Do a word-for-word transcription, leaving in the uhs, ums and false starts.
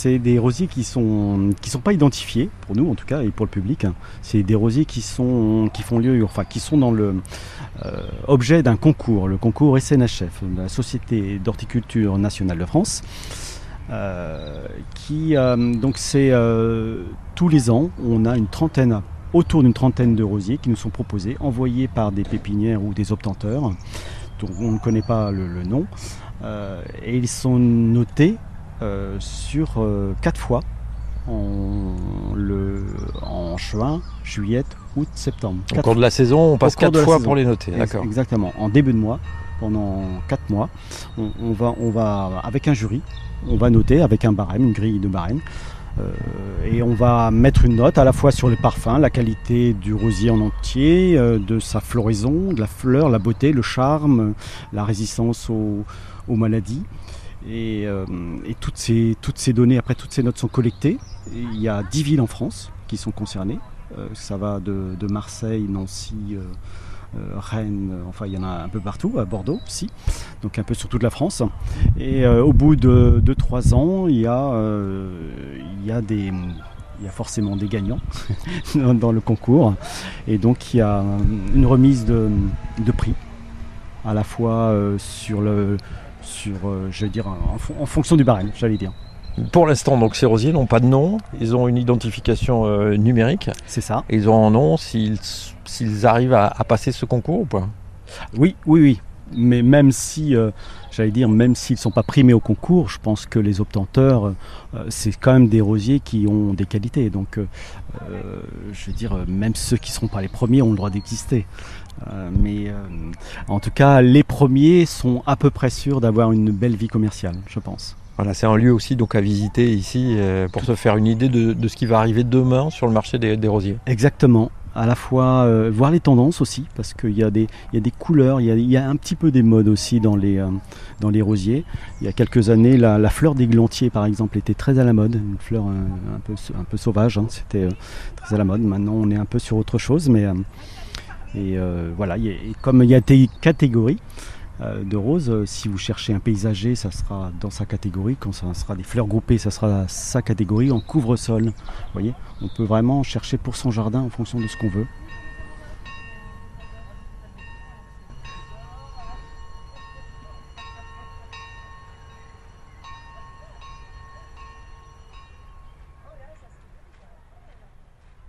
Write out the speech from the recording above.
c'est des rosiers qui sont qui sont pas identifiés pour nous en tout cas et pour le public. C'est des rosiers qui sont qui font lieu, enfin qui sont dans le euh, objet d'un concours, le concours S N H F, de la Société d'horticulture nationale de France. Euh, qui euh, donc c'est euh, tous les ans, on a une trentaine, autour d'une trentaine de rosiers qui nous sont proposés, envoyés par des pépinières ou des obtenteurs, dont on ne connaît pas le, le nom, euh, et ils sont notés euh, sur euh, quatre fois en, le, en juin, juillet, août, septembre. Au cours de la saison, on passe quatre fois pour les noter. D'accord. Exactement, en début de mois, pendant quatre mois, on, on, va, on va, avec un jury, on va noter avec un barème, une grille de barème, euh, et on va mettre une note à la fois sur les parfums, la qualité du rosier en entier, euh, de sa floraison, de la fleur, la beauté, le charme, la résistance aux, aux maladies. Et, euh, et toutes, ces, toutes ces données, après toutes ces notes sont collectées. Et il y a dix villes en France qui sont concernées. Euh, ça va de, de Marseille, Nancy, euh, euh, Rennes, euh, enfin il y en a un peu partout, à Bordeaux aussi, donc un peu sur toute la France. Et euh, au bout de deux trois ans, il y a, euh, il y a des... Il y a forcément des gagnants dans le concours. Et donc il y a une remise de, de prix, à la fois euh, sur le... sur, euh, je vais dire, en, en fonction du barème, j'allais dire. Pour l'instant, donc ces rosiers n'ont pas de nom, ils ont une identification euh, numérique. C'est ça. Et ils ont un nom s'ils, s'ils arrivent à, à passer ce concours ou pas? Oui, oui, oui. Mais même si, euh, j'allais dire, même s'ils ne sont pas primés au concours, je pense que les obtenteurs, euh, c'est quand même des rosiers qui ont des qualités. Donc, euh, je veux dire, même ceux qui ne seront pas les premiers ont le droit d'exister. Euh, mais euh, en tout cas, les premiers sont à peu près sûrs d'avoir une belle vie commerciale, je pense. Voilà, c'est un lieu aussi donc à visiter ici euh, pour se faire une idée de, de ce qui va arriver demain sur le marché des, des rosiers. Exactement. À la fois euh, voir les tendances aussi, parce qu'il y a des, il y a des couleurs, il y a, il y a un petit peu des modes aussi dans les, euh, dans les rosiers. Il y a quelques années, la, la fleur d'églantier par exemple était très à la mode, une fleur euh, un, peu, un peu sauvage, hein, c'était euh, très à la mode. Maintenant on est un peu sur autre chose, mais euh, et, euh, voilà, y a, et comme il y a des catégories euh, de roses, euh, si vous cherchez un paysager, ça sera dans sa catégorie, quand ça sera des fleurs groupées, ça sera sa catégorie en couvre-sol. Vous voyez, on peut vraiment chercher pour son jardin en fonction de ce qu'on veut.